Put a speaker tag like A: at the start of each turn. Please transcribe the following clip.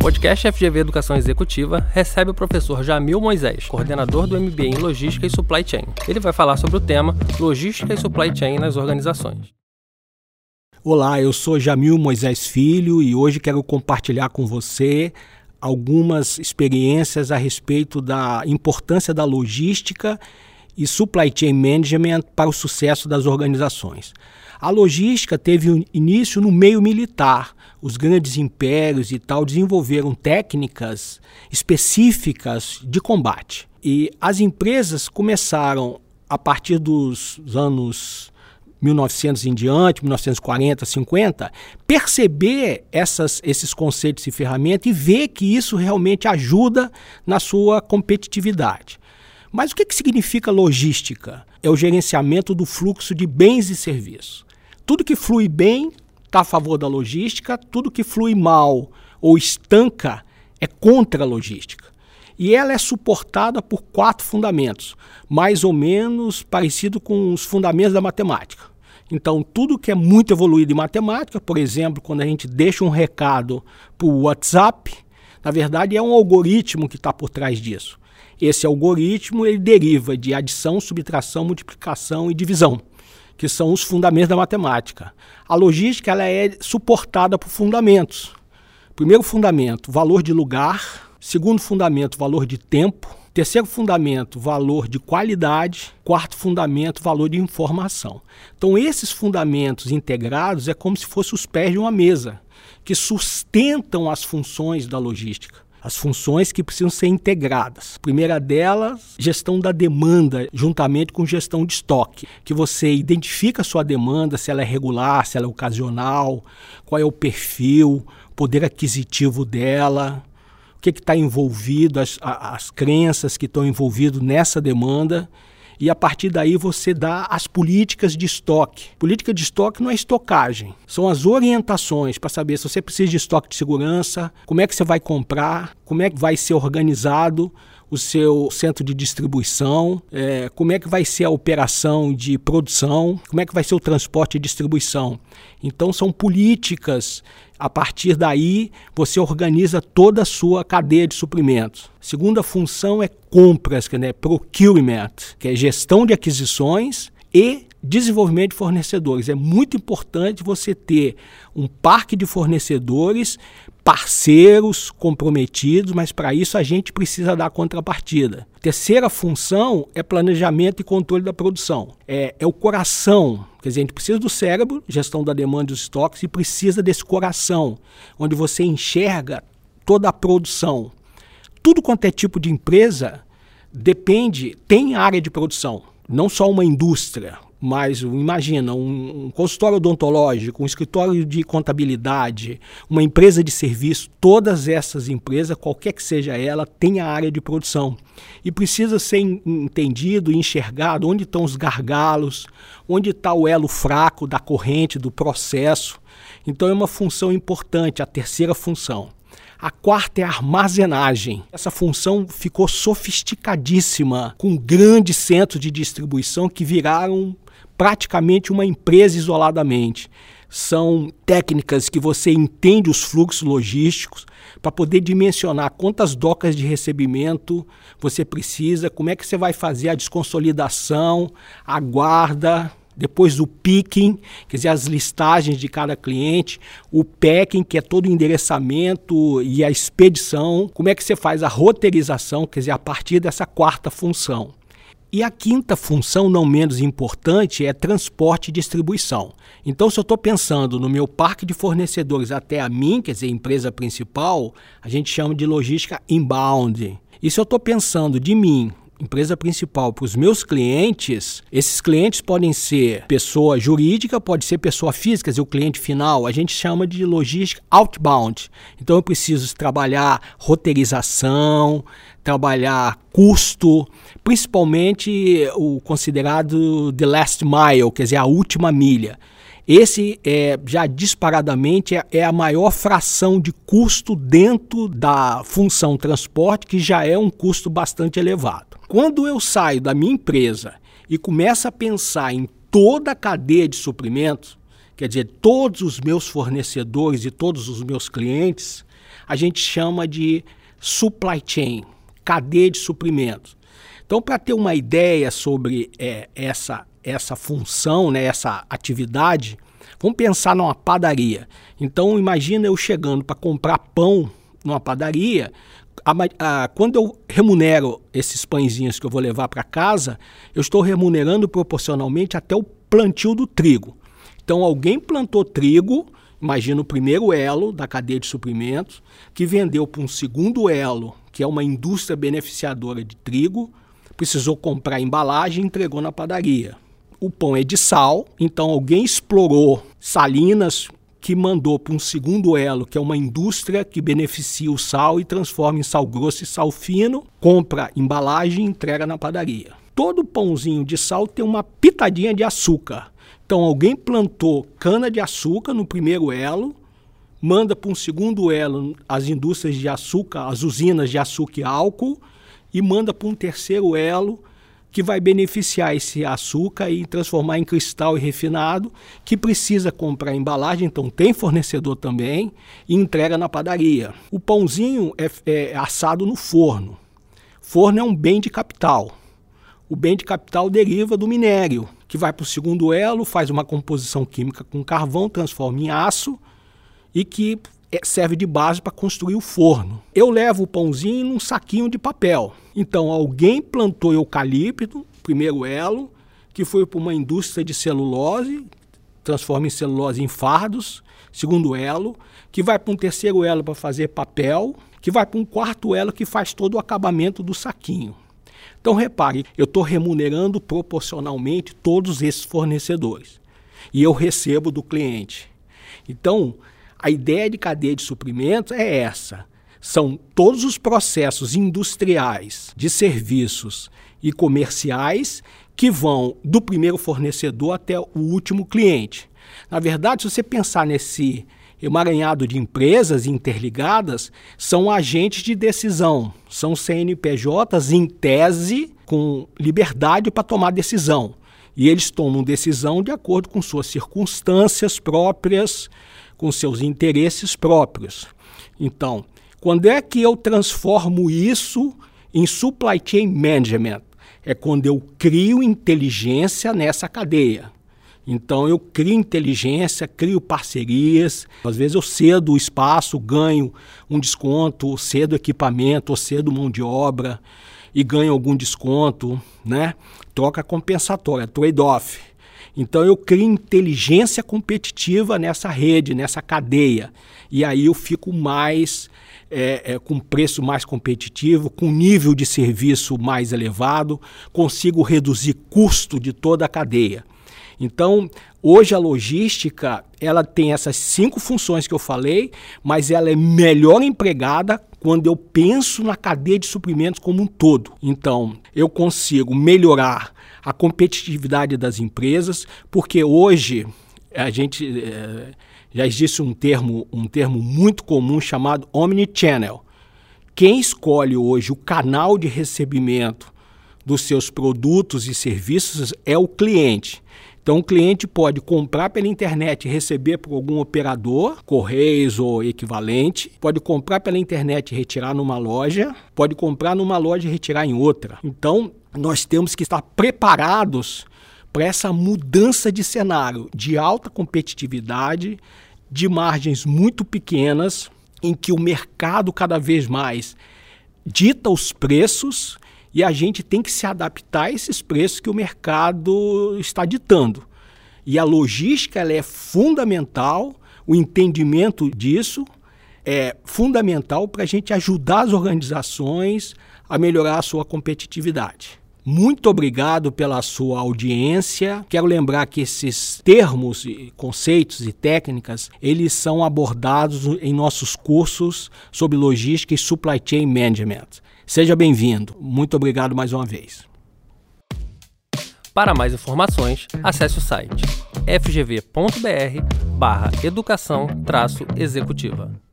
A: Podcast FGV Educação Executiva recebe o professor Jamil Moisés, coordenador do MBA em Logística e Supply Chain. Ele vai falar sobre o tema Logística e Supply Chain nas organizações.
B: Olá, eu sou Jamil Moisés Filho e hoje quero compartilhar com você algumas experiências a respeito da importância da logística e supply chain management para o sucesso das organizações. A logística teve início no meio militar. Os grandes impérios e tal desenvolveram técnicas específicas de combate. E as empresas começaram, a partir dos anos 1900 em diante, 1940, 50, perceber esses conceitos e ferramentas e ver que isso realmente ajuda na sua competitividade. Mas o que significa logística? É o gerenciamento do fluxo de bens e serviços. Tudo que flui bem está a favor da logística, tudo que flui mal ou estanca é contra a logística. E ela é suportada por 4 fundamentos, mais ou menos parecido com os fundamentos da matemática. Então, tudo que é muito evoluído em matemática, por exemplo, quando a gente deixa um recado por WhatsApp, na verdade é um algoritmo que está por trás disso. Esse algoritmo ele deriva de adição, subtração, multiplicação e divisão, que são os fundamentos da matemática. A logística ela é suportada por fundamentos. Primeiro fundamento, valor de lugar. Segundo fundamento, valor de tempo. Terceiro fundamento, valor de qualidade. Quarto fundamento, valor de informação. Então, esses fundamentos integrados é como se fossem os pés de uma mesa, que sustentam as funções da logística. As funções que precisam ser integradas. A primeira delas, gestão da demanda, juntamente com gestão de estoque. Que você identifica a sua demanda, se ela é regular, se ela é ocasional, qual é o perfil, poder aquisitivo dela, o que está envolvido, as crenças que estão envolvidas nessa demanda. E a partir daí você dá as políticas de estoque. Política de estoque não é estocagem, são as orientações para saber se você precisa de estoque de segurança, como é que você vai comprar, como é que vai ser organizado o seu centro de distribuição, como é que vai ser a operação de produção, como é que vai ser o transporte e distribuição. Então são políticas, a partir daí você organiza toda a sua cadeia de suprimentos. Segunda função é compras, que é procurement, que é gestão de aquisições e desenvolvimento de fornecedores. É muito importante você ter um parque de fornecedores, parceiros comprometidos, mas para isso a gente precisa dar contrapartida. Terceira função é planejamento e controle da produção. É o coração, quer dizer, a gente precisa do cérebro, gestão da demanda dos estoques, e precisa desse coração, onde você enxerga toda a produção. Tudo quanto é tipo de empresa tem área de produção, não só uma indústria. Mas imagina, um consultório odontológico, um escritório de contabilidade, uma empresa de serviço, todas essas empresas, qualquer que seja ela, tem a área de produção. E precisa ser entendido e enxergado onde estão os gargalos, onde está o elo fraco da corrente, do processo. Então é uma função importante, a terceira função. A quarta é a armazenagem. Essa função ficou sofisticadíssima, com grandes centros de distribuição que viraram praticamente uma empresa isoladamente. São técnicas que você entende os fluxos logísticos para poder dimensionar quantas docas de recebimento você precisa, como é que você vai fazer a desconsolidação, a guarda, depois o picking, quer dizer, as listagens de cada cliente, o packing, que é todo o endereçamento e a expedição, como é que você faz a roteirização, quer dizer, a partir dessa quarta função. E a quinta função, não menos importante, é transporte e distribuição. Então, se eu estou pensando no meu parque de fornecedores até a mim, quer dizer, empresa principal, a gente chama de logística inbound. E se eu estou pensando de mim, empresa principal, para os meus clientes, esses clientes podem ser pessoa jurídica, pode ser pessoa física, quer dizer, o cliente final, a gente chama de logística outbound. Então eu preciso trabalhar roteirização, trabalhar custo, principalmente o considerado the last mile, quer dizer, a última milha. Esse, já disparadamente, é a maior fração de custo dentro da função transporte, que já é um custo bastante elevado. Quando eu saio da minha empresa e começo a pensar em toda a cadeia de suprimentos, quer dizer, todos os meus fornecedores e todos os meus clientes, a gente chama de supply chain, cadeia de suprimentos. Então, para ter uma ideia sobre essa função, né, essa atividade, vamos pensar numa padaria. Então, imagina eu chegando para comprar pão numa padaria. Quando eu remunero esses pãezinhos que eu vou levar para casa, eu estou remunerando proporcionalmente até o plantio do trigo. Então, alguém plantou trigo, imagina o primeiro elo da cadeia de suprimentos, que vendeu para um segundo elo, que é uma indústria beneficiadora de trigo, precisou comprar embalagem e entregou na padaria. O pão é de sal, então alguém explorou salinas, que mandou para um segundo elo, que é uma indústria que beneficia o sal e transforma em sal grosso e sal fino, compra embalagem e entrega na padaria. Todo pãozinho de sal tem uma pitadinha de açúcar. Então alguém plantou cana-de-açúcar no primeiro elo, manda para um segundo elo as indústrias de açúcar, as usinas de açúcar e álcool, e manda para um terceiro elo, que vai beneficiar esse açúcar e transformar em cristal e refinado, que precisa comprar embalagem, então tem fornecedor também, e entrega na padaria. O pãozinho é assado no forno. Forno é um bem de capital. O bem de capital deriva do minério, que vai para o segundo elo, faz uma composição química com carvão, transforma em aço e que serve de base para construir o forno. Eu levo o pãozinho num saquinho de papel. Então, alguém plantou eucalipto, primeiro elo, que foi para uma indústria de celulose, transforma em celulose em fardos, segundo elo, que vai para um terceiro elo para fazer papel, que vai para um quarto elo que faz todo o acabamento do saquinho. Então, repare, eu estou remunerando proporcionalmente todos esses fornecedores. E eu recebo do cliente. Então, a ideia de cadeia de suprimentos é essa. São todos os processos industriais, de serviços e comerciais que vão do primeiro fornecedor até o último cliente. Na verdade, se você pensar nesse emaranhado de empresas interligadas, são agentes de decisão, são CNPJs em tese com liberdade para tomar decisão. E eles tomam decisão de acordo com suas circunstâncias próprias, com seus interesses próprios. Então, quando é que eu transformo isso em supply chain management? É quando eu crio inteligência nessa cadeia. Então, eu crio inteligência, crio parcerias. Às vezes eu cedo o espaço, ganho um desconto, cedo equipamento, ou cedo mão de obra e ganho algum desconto, né? Troca compensatória, trade-off. Então, eu crio inteligência competitiva nessa rede, nessa cadeia. E aí eu fico mais com preço mais competitivo, com nível de serviço mais elevado, consigo reduzir custo de toda a cadeia. Então, hoje a logística ela tem essas 5 funções que eu falei, mas ela é melhor empregada quando eu penso na cadeia de suprimentos como um todo. Então, eu consigo melhorar a competitividade das empresas, porque hoje a gente já existe um termo muito comum chamado omnichannel. Quem escolhe hoje o canal de recebimento dos seus produtos e serviços é o cliente. Então, o cliente pode comprar pela internet e receber por algum operador, Correios ou equivalente. Pode comprar pela internet e retirar numa loja. Pode comprar numa loja e retirar em outra. Então, nós temos que estar preparados para essa mudança de cenário de alta competitividade, de margens muito pequenas, em que o mercado cada vez mais dita os preços e a gente tem que se adaptar a esses preços que o mercado está ditando. E a logística ela é fundamental, o entendimento disso é fundamental para a gente ajudar as organizações a melhorar a sua competitividade. Muito obrigado pela sua audiência. Quero lembrar que esses termos, conceitos e técnicas, eles são abordados em nossos cursos sobre logística e supply chain management. Seja bem-vindo. Muito obrigado mais uma vez.
A: Para mais informações, acesse o site fgv.br/educação-executiva.